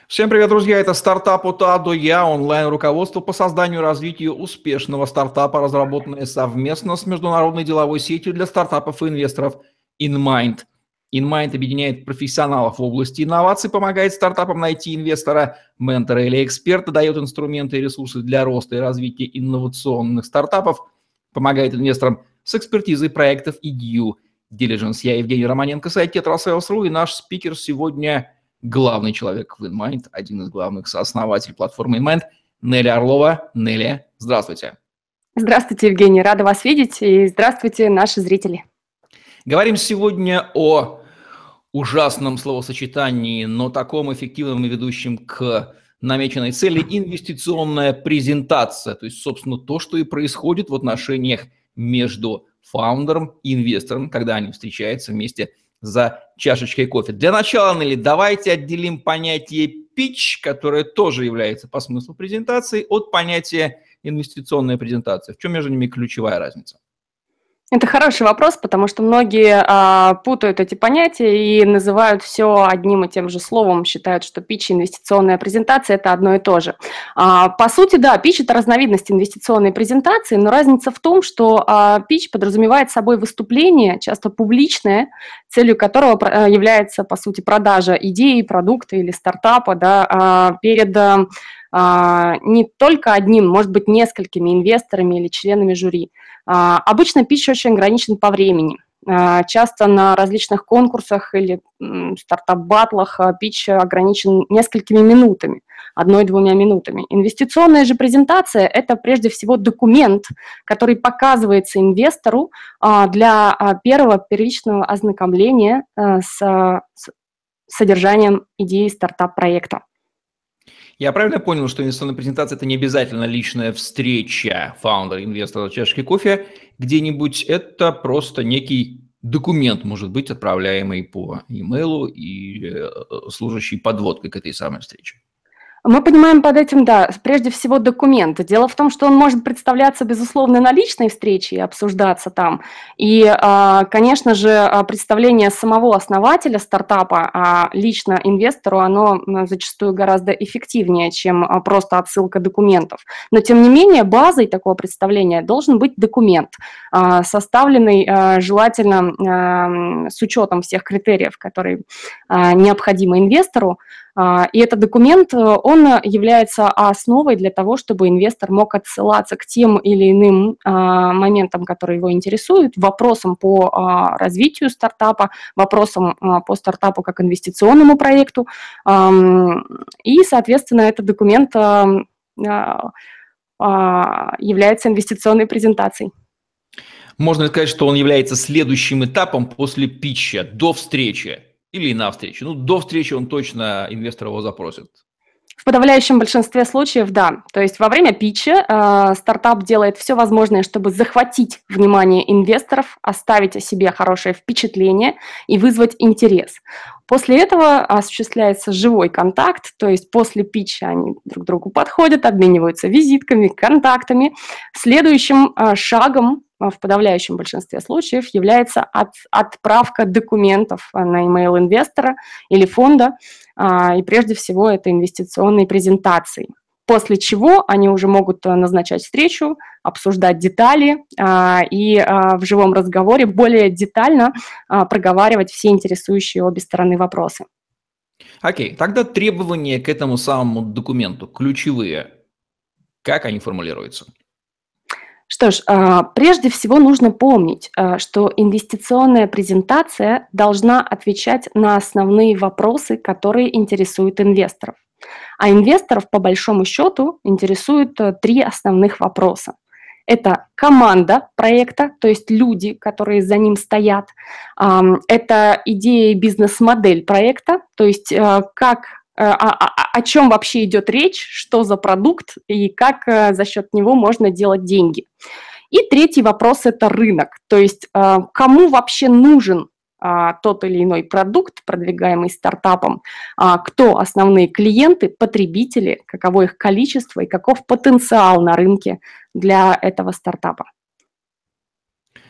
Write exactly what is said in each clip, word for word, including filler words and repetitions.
Всем привет, друзья! Это стартап от А до Я, онлайн-руководство по созданию и развитию успешного стартапа, разработанное совместно с международной деловой сетью для стартапов и инвесторов InMind. InMind объединяет профессионалов в области инноваций, помогает стартапам найти инвестора, ментора или эксперта, дает инструменты и ресурсы для роста и развития инновационных стартапов, помогает инвесторам с экспертизой проектов и due diligence. Я Евгений Романенко, сайт Tetrasales точка ру, и наш спикер сегодня главный человек в InMind, один из главных сооснователей платформы InMind, Нелли Орлова. Нелли, здравствуйте. Здравствуйте, Евгений, рада вас видеть, и здравствуйте, наши зрители. Говорим сегодня о ужасном словосочетании, но таком эффективном и ведущем к намеченной цели – инвестиционная презентация. То есть, собственно, то, что и происходит в отношениях между фаундером и инвестором, когда они встречаются вместе за чашечкой кофе. Для начала, Нелли, давайте отделим понятие pitch, которое тоже является по смыслу презентации, от понятия инвестиционная презентация. В чем между ними ключевая разница? Это хороший вопрос, потому что многие а, путают эти понятия и называют все одним и тем же словом, считают, что питч и инвестиционная презентация – это одно и то же. А, по сути, да, питч – это разновидность инвестиционной презентации, но разница в том, что а, питч подразумевает собой выступление, часто публичное, целью которого является, по сути, продажа идеи, продукта или стартапа, да, а, перед а, не только одним, может быть, несколькими инвесторами или членами жюри. А, обычно питч очень ограничен по времени. А, часто на различных конкурсах или стартап-баттлах питч ограничен несколькими минутами, одной-двумя минутами. Инвестиционная же презентация – это прежде всего документ, который показывается инвестору а, для а, первого первичного ознакомления а, с, с содержанием идеи стартап-проекта. Я правильно понял, что инвестиционная презентация – это не обязательно личная встреча фаундера, инвестора, чашки кофе где-нибудь, это просто некий документ, может быть, отправляемый по имейлу и служащий подводкой к этой самой встрече? Мы понимаем под этим, да, прежде всего документ. Дело в том, что он может представляться, безусловно, на личной встрече и обсуждаться там. И, конечно же, представление самого основателя стартапа лично инвестору, оно зачастую гораздо эффективнее, чем просто отсылка документов. Но, тем не менее, базой такого представления должен быть документ, составленный желательно с учетом всех критериев, которые необходимы инвестору. И этот документ, он является основой для того, чтобы инвестор мог отсылаться к тем или иным моментам, которые его интересуют, вопросам по развитию стартапа, вопросам по стартапу как инвестиционному проекту. И, соответственно, этот документ является инвестиционной презентацией. Можно ли сказать, что он является следующим этапом после питча, до встречи? Или на встрече. Ну, до встречи он точно, инвестор его запросит. В подавляющем большинстве случаев, да. То есть во время питча э, стартап делает все возможное, чтобы захватить внимание инвесторов, оставить о себе хорошее впечатление и вызвать интерес. После этого осуществляется живой контакт, то есть после питча они друг к другу подходят, обмениваются визитками, контактами. Следующим э, шагом в подавляющем большинстве случаев является от, отправка документов на email инвестора или фонда, а, и прежде всего это инвестиционные презентации. После чего они уже могут назначать встречу, обсуждать детали а, и а, в живом разговоре более детально а, проговаривать все интересующие обе стороны вопросы. Окей, тогда требования к этому самому документу, ключевые, как они формулируются? Что ж, прежде всего нужно помнить, что инвестиционная презентация должна отвечать на основные вопросы, которые интересуют инвесторов. А инвесторов, по большому счету, интересуют три основных вопроса. Это команда проекта, то есть люди, которые за ним стоят. Это идея и бизнес-модель проекта, то есть как О, о, о чем вообще идет речь, что за продукт и как за счет него можно делать деньги. И третий вопрос – это рынок, то есть кому вообще нужен тот или иной продукт, продвигаемый стартапом, кто основные клиенты, потребители, каково их количество и каков потенциал на рынке для этого стартапа.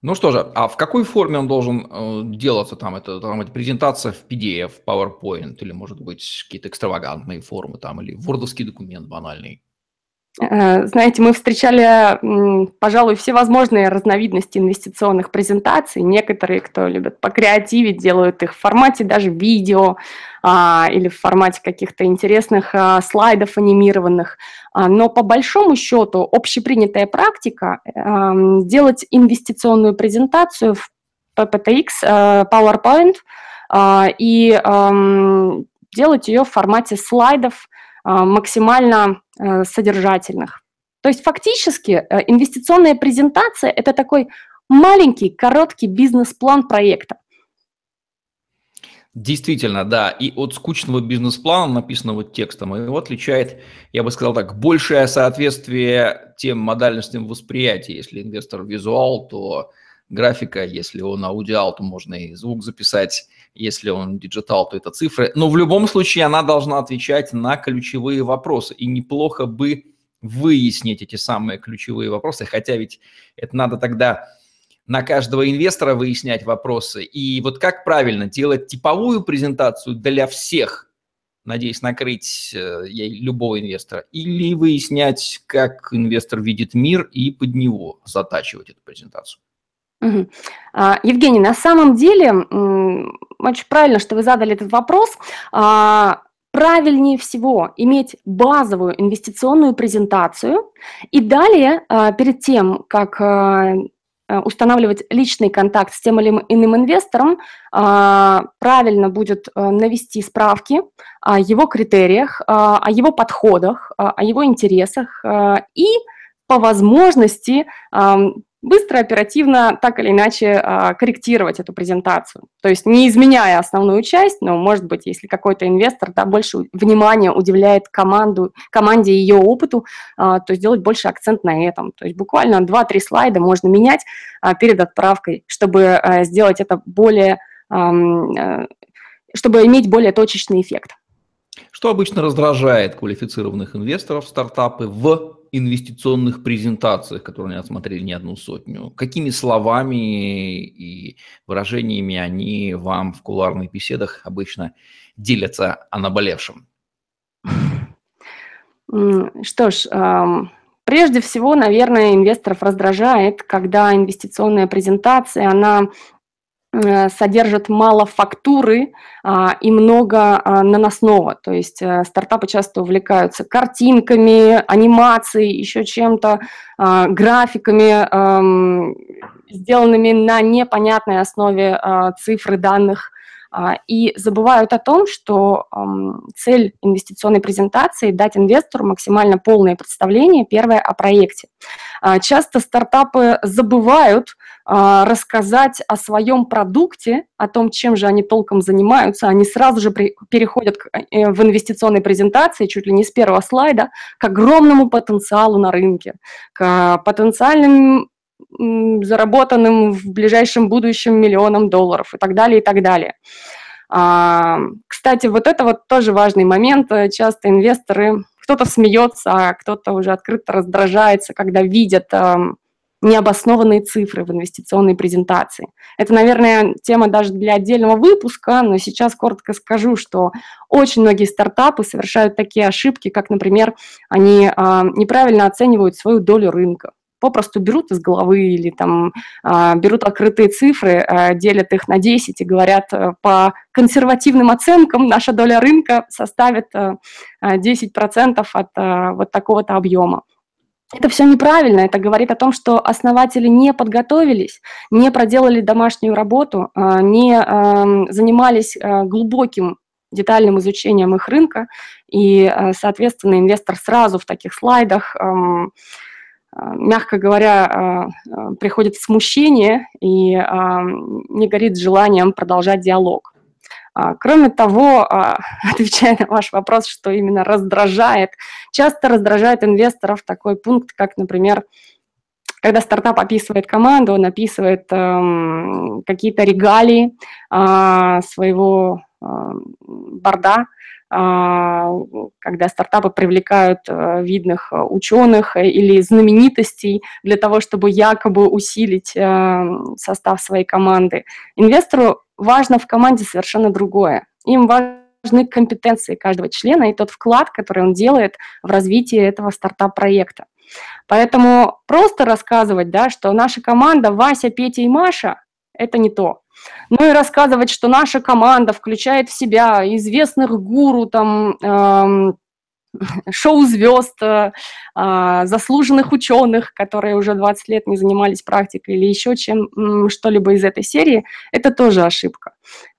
Ну что же, а в какой форме он должен э, делаться там? Это там это презентация в пи ди эф, PowerPoint или, может быть, какие-то экстравагантные формы там, или вордовский документ банальный? Э, Знаете, мы встречали, м, пожалуй, всевозможные разновидности инвестиционных презентаций. Некоторые, кто любят покреативить, делают их в формате даже видео а, или в формате каких-то интересных а, слайдов анимированных. А, но по большому счету общепринятая практика ам, делать инвестиционную презентацию в пи пи ти экс, э, PowerPoint а, и ам, делать ее в формате слайдов а, максимально э, содержательных. То есть фактически э, инвестиционная презентация – это такой маленький, короткий бизнес-план проекта. Действительно, да. И от скучного бизнес-плана, написанного текстом, его отличает, я бы сказал так, большее соответствие тем модальностям восприятия. Если инвестор визуал, то графика, если он аудиал, то можно и звук записать, если он диджитал, то это цифры. Но в любом случае она должна отвечать на ключевые вопросы. И неплохо бы выяснить эти самые ключевые вопросы, хотя ведь это надо тогда на каждого инвестора выяснять вопросы. И вот как правильно делать типовую презентацию для всех, надеясь накрыть э, ей любого инвестора, или выяснять, как инвестор видит мир и под него затачивать эту презентацию? Мгм. А, Евгений, на самом деле, м, очень правильно, что вы задали этот вопрос. А, Правильнее всего иметь базовую инвестиционную презентацию и далее, а, перед тем, как а, а, устанавливать личный контакт с тем или иным инвестором, а, правильно будет а, навести справки о его критериях, а, о его подходах, а, о его интересах а, и по возможности ам, быстро, оперативно, так или иначе а, корректировать эту презентацию. То есть не изменяя основную часть, но, может быть, если какой-то инвестор да, больше внимания уделяет команду, команде и ее опыту, а, то сделать больше акцент на этом. То есть буквально два-три слайда можно менять а, перед отправкой, чтобы а, сделать это более, ам, а, чтобы иметь более точечный эффект. Что обычно раздражает квалифицированных инвесторов в стартапы в инвестиционных презентациях, которые они отсмотрели не одну сотню? Какими словами и выражениями они вам в кулуарных беседах обычно делятся о наболевшем? М, Что ж, ам, прежде всего, наверное, инвесторов раздражает, когда инвестиционная презентация, она э, содержит мало фактуры а, и много а, наносного. То есть э, стартапы часто увлекаются картинками, анимацией, еще чем-то, а, графиками, ам, сделанными на непонятной основе а, цифр и данных. А, И забывают о том, что ам, цель инвестиционной презентации – дать инвестору максимально полное представление, первое, о проекте. А, Часто стартапы забывают а, рассказать о своем продукте, о том, чем же они толком занимаются. Они сразу же при- переходят к- э, в инвестиционной презентации, чуть ли не с первого слайда, к огромному потенциалу на рынке, к потенциальным м, заработанным в ближайшем будущем миллионам долларов и так далее, и так далее. А, Кстати, вот это вот тоже важный момент. Э, Часто инвесторы, кто-то смеется, а кто-то уже открыто раздражается, когда видят ам, необоснованные цифры в инвестиционной презентации. Это, наверное, тема даже для отдельного выпуска, но сейчас коротко скажу, что очень многие стартапы совершают такие ошибки, как, например, они а, неправильно оценивают свою долю рынка. Попросту берут из головы или там а, берут открытые цифры, а, делят их на десять и говорят, а, по консервативным оценкам наша доля рынка составит а, а, десять процентов от а, вот такого-то объема. Это все неправильно. Это говорит о том, что основатели не подготовились, не проделали домашнюю работу, а, не ам, занимались а, глубоким детальным изучением их рынка, и, а, соответственно, инвестор сразу в таких слайдах, ам, а, мягко говоря, а, а, приходит в смущение и ам, не горит желанием продолжать диалог. А, Кроме того, а, отвечая на ваш вопрос, что именно раздражает, часто раздражает инвесторов такой пункт, как, например, когда стартап описывает команду, он описывает эм, какие-то регалии а, своего борда, когда стартапы привлекают видных ученых или знаменитостей для того, чтобы якобы усилить состав своей команды. Инвестору важно в команде совершенно другое. Им важны компетенции каждого члена и тот вклад, который он делает в развитие этого стартап-проекта. Поэтому просто рассказывать, да, что наша команда Вася, Петя и Маша – это не то. Ну и рассказывать, что наша команда включает в себя известных гуру, там, эм, шоу-звезд, э, заслуженных ученых, которые уже двадцать лет не занимались практикой или еще чем что-либо из этой серии, это тоже ошибка.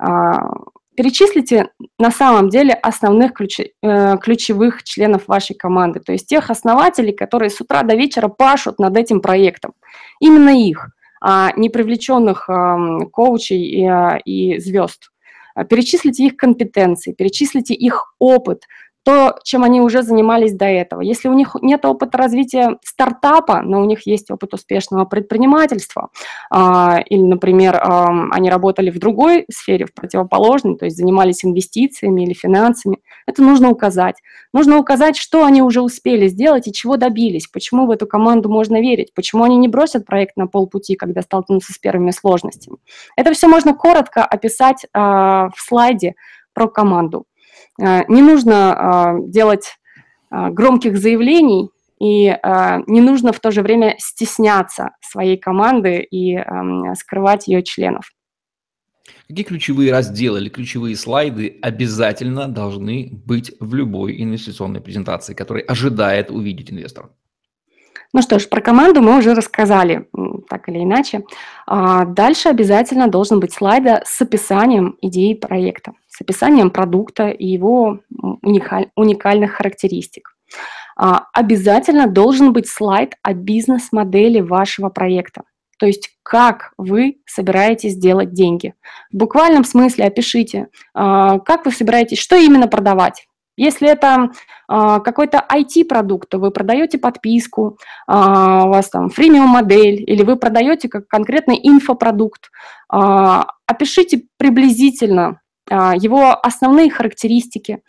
Перечислите на самом деле основных ключ, э, ключевых членов вашей команды, то есть тех основателей, которые с утра до вечера пашут над этим проектом. Именно их, а не привлеченных э, коучей и, э, и звезд. Перечислите их компетенции, перечислите их опыт, то, чем они уже занимались до этого. Если у них нет опыта развития стартапа, но у них есть опыт успешного предпринимательства, а, или, например, а, они работали в другой сфере, в противоположной, то есть занимались инвестициями или финансами, это нужно указать. Нужно указать, что они уже успели сделать и чего добились, почему в эту команду можно верить, почему они не бросят проект на полпути, когда столкнутся с первыми сложностями. Это все можно коротко описать а, в слайде про команду. Не нужно делать громких заявлений, и не нужно в то же время стесняться своей команды и скрывать ее членов. Какие ключевые разделы или ключевые слайды обязательно должны быть в любой инвестиционной презентации, которая ожидает увидеть инвестор? Ну что ж, про команду мы уже рассказали, так или иначе. Дальше обязательно должен быть слайд с описанием идеи проекта, с описанием продукта и его уникаль, уникальных характеристик. Обязательно должен быть слайд о бизнес-модели вашего проекта, то есть как вы собираетесь делать деньги. В буквальном смысле опишите, как вы собираетесь, что именно продавать. Если это а, какой-то ай ти-продукт, то вы продаете подписку, а, у вас там фримиум-модель, или вы продаете как конкретный инфопродукт. А, опишите приблизительно а, его основные характеристики,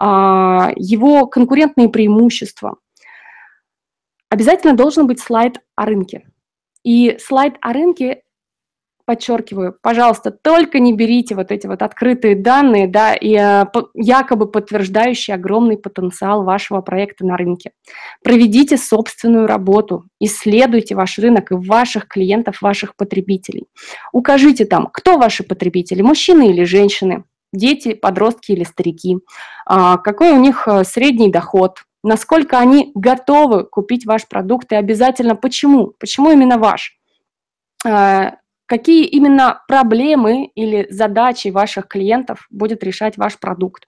а, его конкурентные преимущества. Обязательно должен быть слайд о рынке. И слайд о рынке, подчеркиваю, пожалуйста, только не берите вот эти вот открытые данные, да, и э, якобы подтверждающие огромный потенциал вашего проекта на рынке. Проведите собственную работу, исследуйте ваш рынок и ваших клиентов, ваших потребителей. Укажите там, кто ваши потребители, мужчины или женщины, дети, подростки или старики, а, какой у них средний доход, насколько они готовы купить ваш продукт и обязательно почему, почему именно ваш. А, какие именно проблемы или задачи ваших клиентов будет решать ваш продукт.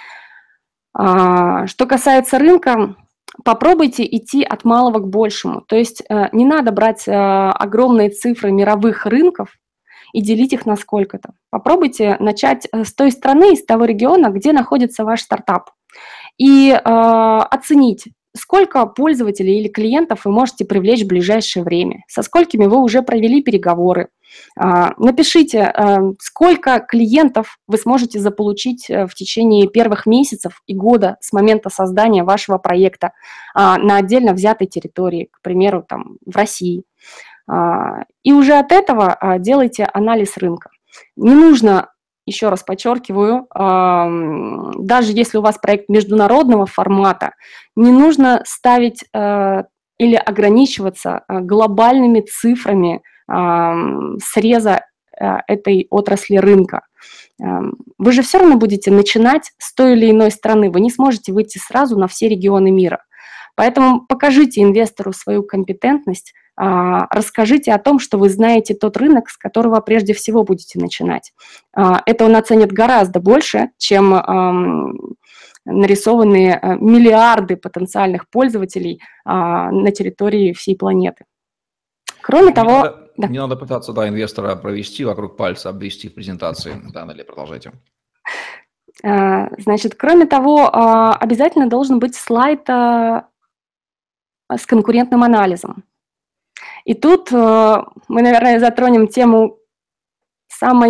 Что касается рынка, попробуйте идти от малого к большему. То есть не надо брать огромные цифры мировых рынков и делить их на сколько-то. Попробуйте начать с той страны, из того региона, где находится ваш стартап, и оценить, сколько пользователей или клиентов вы можете привлечь в ближайшее время, со сколькими вы уже провели переговоры. Напишите, сколько клиентов вы сможете заполучить в течение первых месяцев и года с момента создания вашего проекта на отдельно взятой территории, к примеру, там, в России. И уже от этого делайте анализ рынка. Не нужно, еще раз подчеркиваю, даже если у вас проект международного формата, не нужно ставить или ограничиваться глобальными цифрами среза этой отрасли рынка. Вы же все равно будете начинать с той или иной страны, вы не сможете выйти сразу на все регионы мира. Поэтому покажите инвестору свою компетентность, расскажите о том, что вы знаете тот рынок, с которого прежде всего будете начинать. Это он оценит гораздо больше, чем нарисованные миллиарды потенциальных пользователей на территории всей планеты. Кроме не того... Надо, да. Не надо пытаться, да, инвестора провести вокруг пальца, обвести в презентации. Да, Наталья, продолжайте. Значит, кроме того, обязательно должен быть слайд с конкурентным анализом. И тут мы, наверное, затронем тему самой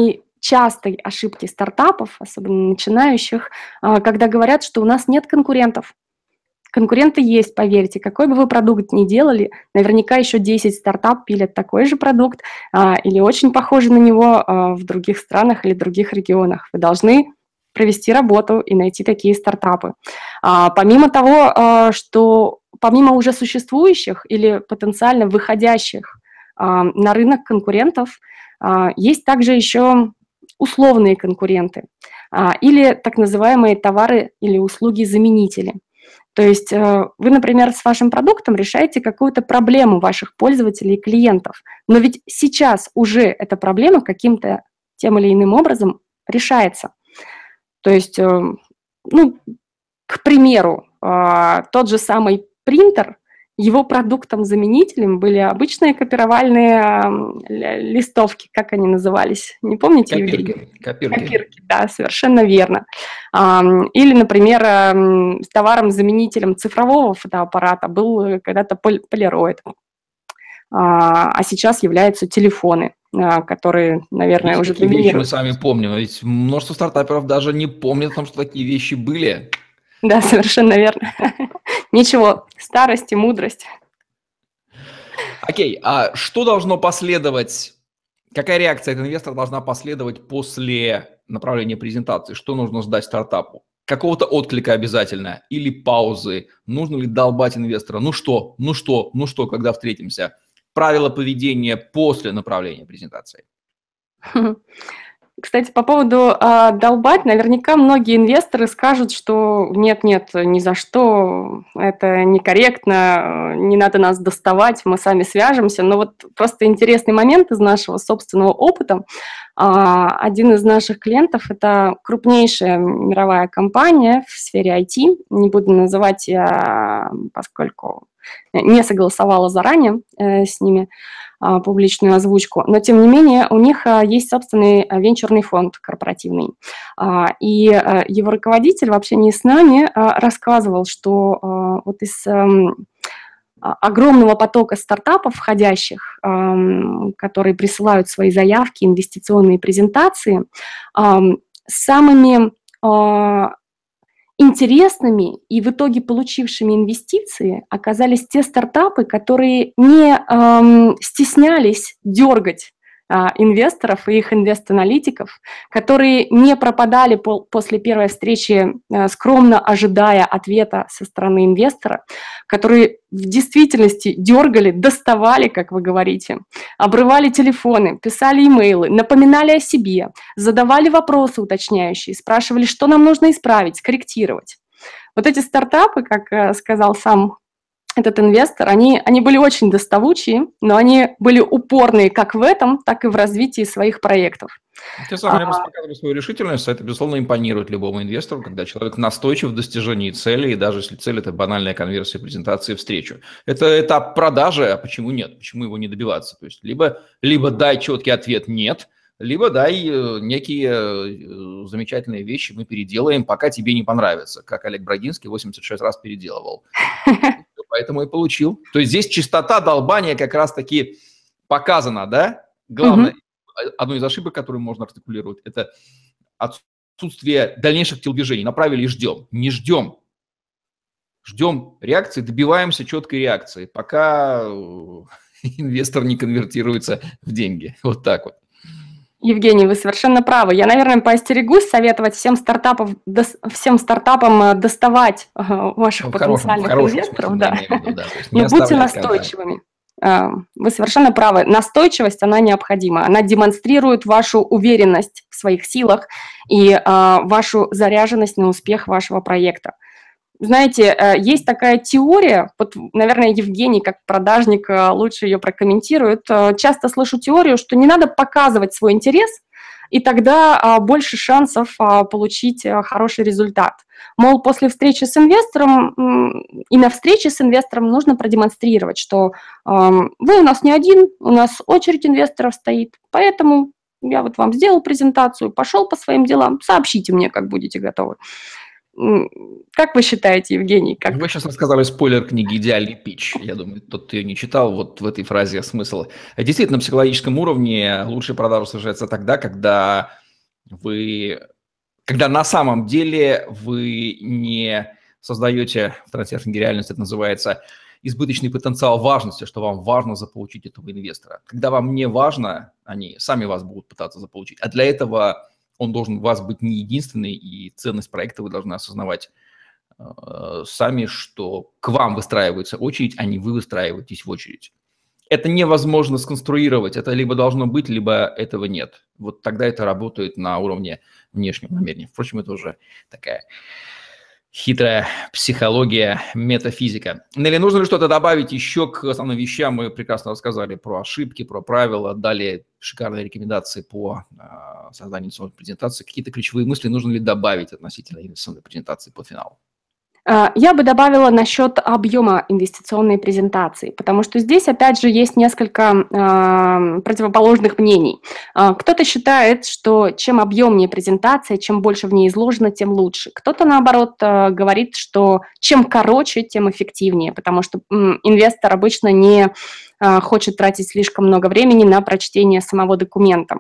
частой ошибки стартапов, особенно начинающих, а, когда говорят, что у нас нет конкурентов. Конкуренты есть, поверьте. Какой бы вы продукт ни делали, наверняка еще десять стартап пилят такой же продукт а, или очень похожий на него а, в других странах или других регионах. Вы должны провести работу и найти такие стартапы. А, помимо того, а, что помимо уже существующих или потенциально выходящих а, на рынок конкурентов, а, есть также еще условные конкуренты а, или так называемые товары или услуги-заменители. То есть э, вы, например, с вашим продуктом решаете какую-то проблему ваших пользователей и клиентов, но ведь сейчас уже эта проблема каким-то тем или иным образом решается. То есть, э, ну, к примеру, э, тот же самый принтер, его продуктом-заменителем были обычные копировальные э, листовки, как они назывались, не помните, Копирки. Евгений? Копирки. Копирки, да, совершенно верно. А, или, например, э, с товаром-заменителем цифрового фотоаппарата был когда-то пол- полироид, а, а сейчас являются телефоны, а, которые, наверное, Видите, уже какие вещи мы доминируют. с вами помним. Ведь множество стартаперов даже не помнят о том, что такие вещи были. Да, совершенно верно. Ничего, старость и мудрость. Окей, а что должно последовать? Какая реакция этого инвестора должна последовать после направления презентации? Что нужно сдать стартапу? Какого-то отклика обязательно или паузы? Нужно ли долбать инвестора? Ну что, ну что, ну что, когда встретимся? Правила поведения после направления презентации. Кстати, по поводу а, долбать, наверняка многие инвесторы скажут, что нет-нет, ни за что, это некорректно, не надо нас доставать, мы сами свяжемся. Но вот просто интересный момент из нашего собственного опыта. А, один из наших клиентов – это крупнейшая мировая компания в сфере ай ти, не буду называть, я, поскольку не согласовала заранее э, с ними а, публичную озвучку, но тем не менее у них а, есть собственный а, венчурный фонд корпоративный. А, и а, его руководитель в общении с нами а, рассказывал, что а, вот из а, огромного потока стартапов входящих, а, которые присылают свои заявки, инвестиционные презентации, а, самыми а, интересными и в итоге получившими инвестиции оказались те стартапы, которые не эм, стеснялись дергать э, инвесторов и их инвест-аналитиков, которые не пропадали пол, после первой встречи, э, скромно ожидая ответа со стороны инвестора, которые в действительности дергали, доставали, как вы говорите, обрывали телефоны, писали имейлы, напоминали о себе, задавали вопросы уточняющие, спрашивали, что нам нужно исправить, скорректировать. Вот эти стартапы, как сказал сам этот инвестор, они, они были очень доставучие, но они были упорные как в этом, так и в развитии своих проектов. Те самые а... показывают свою решительность, это, безусловно, импонирует любому инвестору, когда человек настойчив в достижении цели, и даже если цель – это банальная конверсия презентации встречу. Это этап продажи, а почему нет? Почему его не добиваться? То есть либо, либо дай четкий ответ «нет», либо дай некие замечательные вещи мы переделаем, пока тебе не понравится, как Олег Брагинский восемьдесят шесть раз переделывал. Поэтому и получил. То есть здесь чистота долбания как раз-таки показана, да? Главное, одной из ошибок, которую можно артикулировать, это отсутствие дальнейших телодвижений. Направили и ждем. Не ждем. Ждем реакции, добиваемся четкой реакции, пока инвестор не конвертируется в деньги. Вот так вот. Евгений, вы совершенно правы. Я, наверное, поостерегусь советовать всем стартапам, всем стартапам доставать ваших ну, потенциальных хорошем, инвесторов. Да. Виду, да. Но будьте настойчивыми. Компанию. Вы совершенно правы. Настойчивость, она необходима. Она демонстрирует вашу уверенность в своих силах и вашу заряженность на успех вашего проекта. Знаете, есть такая теория, вот, наверное, Евгений, как продажник, лучше ее прокомментирует. Часто слышу теорию, что не надо показывать свой интерес, и тогда больше шансов получить хороший результат. Мол, после встречи с инвестором и на встрече с инвестором нужно продемонстрировать, что вы у нас не один, у нас очередь инвесторов стоит, поэтому я вот вам сделал презентацию, пошел по своим делам, сообщите мне, как будете готовы. Как вы считаете, Евгений? Как... Вы сейчас рассказали спойлер книги «Идеальный питч». Я думаю, тот, кто ее не читал, вот в этой фразе смысл. Действительно, на психологическом уровне лучшая продажа совершается тогда, когда Вы, когда на самом деле вы не создаете в трансерфинге реальности, это называется избыточный потенциал важности, что вам важно заполучить этого инвестора. Когда вам не важно, они сами вас будут пытаться заполучить. А для этого он должен у вас быть не единственный, и ценность проекта вы должны осознавать э, сами, что к вам выстраивается очередь, а не вы выстраиваетесь в очередь. Это невозможно сконструировать, это либо должно быть, либо этого нет. Вот тогда это работает на уровне внешнего намерения. Впрочем, это уже такая хитрая психология, метафизика. Нелли, нужно ли что-то добавить еще к основным вещам? Мы прекрасно рассказали про ошибки, про правила, дали шикарные рекомендации по э, созданию инвестиционной презентации. Какие-то ключевые мысли нужно ли добавить относительно инвестиционной презентации по финалу? Я бы добавила насчет объема инвестиционной презентации, потому что здесь, опять же, есть несколько э, противоположных мнений. Э, кто-то считает, что чем объемнее презентация, чем больше в ней изложено, тем лучше. Кто-то, наоборот, э, говорит, что чем короче, тем эффективнее, потому что э, инвестор обычно не э, хочет тратить слишком много времени на прочтение самого документа.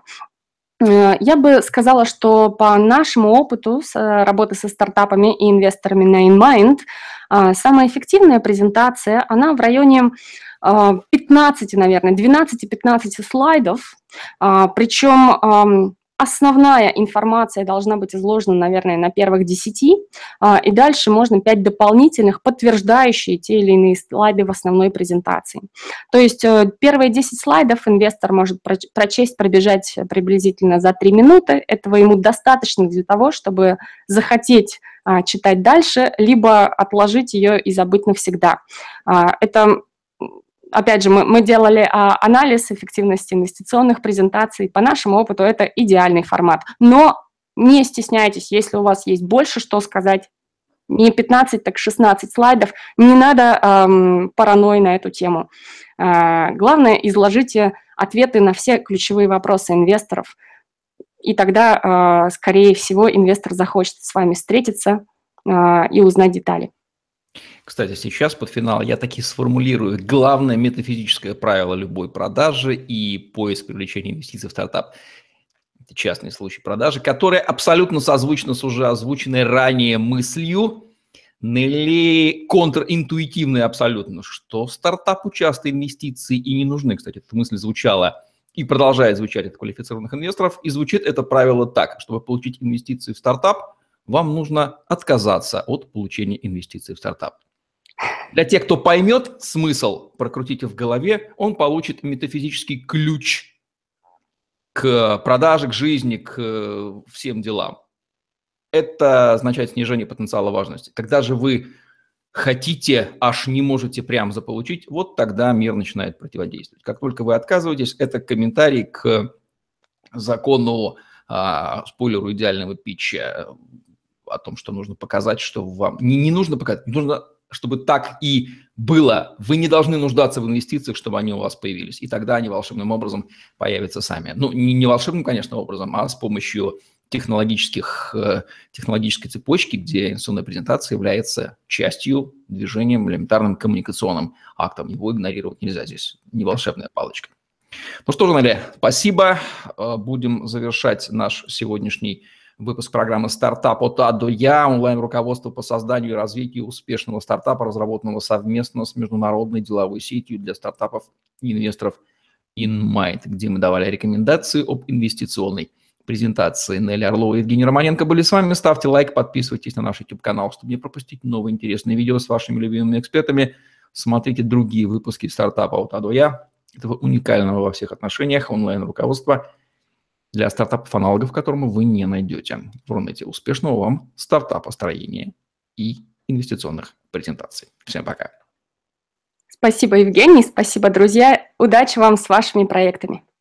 Я бы сказала, что по нашему опыту с работы со стартапами и инвесторами на InMind самая эффективная презентация, она в районе пятнадцати, наверное, двенадцати-пятнадцати слайдов, причем основная информация должна быть изложена, наверное, на первых десяти, и дальше можно пять дополнительных, подтверждающие те или иные слайды в основной презентации. То есть первые десять слайдов инвестор может прочесть, пробежать приблизительно за три минуты. Этого ему достаточно для того, чтобы захотеть читать дальше, либо отложить ее и забыть навсегда. Это... Опять же, мы, мы делали а, анализ эффективности инвестиционных презентаций. По нашему опыту это идеальный формат. Но не стесняйтесь, если у вас есть больше что сказать, не пятнадцать, так шестнадцать слайдов, не надо эм, паранойи на эту тему. Э, главное, изложите ответы на все ключевые вопросы инвесторов, и тогда, э, скорее всего, инвестор захочет с вами встретиться э, и узнать детали. Кстати, сейчас под финал я таки сформулирую главное метафизическое правило любой продажи и поиск привлечения инвестиций в стартап. Это частный случай продажи, которая абсолютно созвучна с уже озвученной ранее мыслью, или контринтуитивной абсолютно, что стартапу часто инвестиции и не нужны. Кстати, эта мысль звучала и продолжает звучать от квалифицированных инвесторов. И звучит это правило так: чтобы получить инвестиции в стартап, вам нужно отказаться от получения инвестиций в стартап. Для тех, кто поймет смысл, прокрутите в голове, он получит метафизический ключ к продаже, к жизни, к всем делам. Это означает снижение потенциала важности. Когда же вы хотите, аж не можете прям заполучить, вот тогда мир начинает противодействовать. Как только вы отказываетесь, это комментарий к закону, а, спойлеру идеального питча, о том, что нужно показать, что вам... Не, не нужно показать, нужно, чтобы так и было. Вы не должны нуждаться в инвестициях, чтобы они у вас появились. И тогда они волшебным образом появятся сами. Ну, не, не волшебным, конечно, образом, а с помощью технологических, технологической цепочки, где инвестиционная презентация является частью, движением, элементарным коммуникационным актом. Его игнорировать нельзя, здесь не волшебная палочка. Ну что же, Нелли, спасибо. Будем завершать наш сегодняшний выпуск программы «Стартап от А до Я», онлайн-руководство по созданию и развитию успешного стартапа, разработанного совместно с международной деловой сетью для стартапов и инвесторов InMind, где мы давали рекомендации об инвестиционной презентации. Нелли Орлова и Евгений Романенко были с вами. Ставьте лайк, подписывайтесь на наш YouTube-канал, чтобы не пропустить новые интересные видео с вашими любимыми экспертами. Смотрите другие выпуски «Стартапа от А до Я», этого уникального во всех отношениях онлайн-руководства для стартапов-аналогов, которому вы не найдете в Рунете. Успешного вам стартапостроения и инвестиционных презентаций. Всем пока. Спасибо, Евгений, спасибо, друзья. Удачи вам с вашими проектами.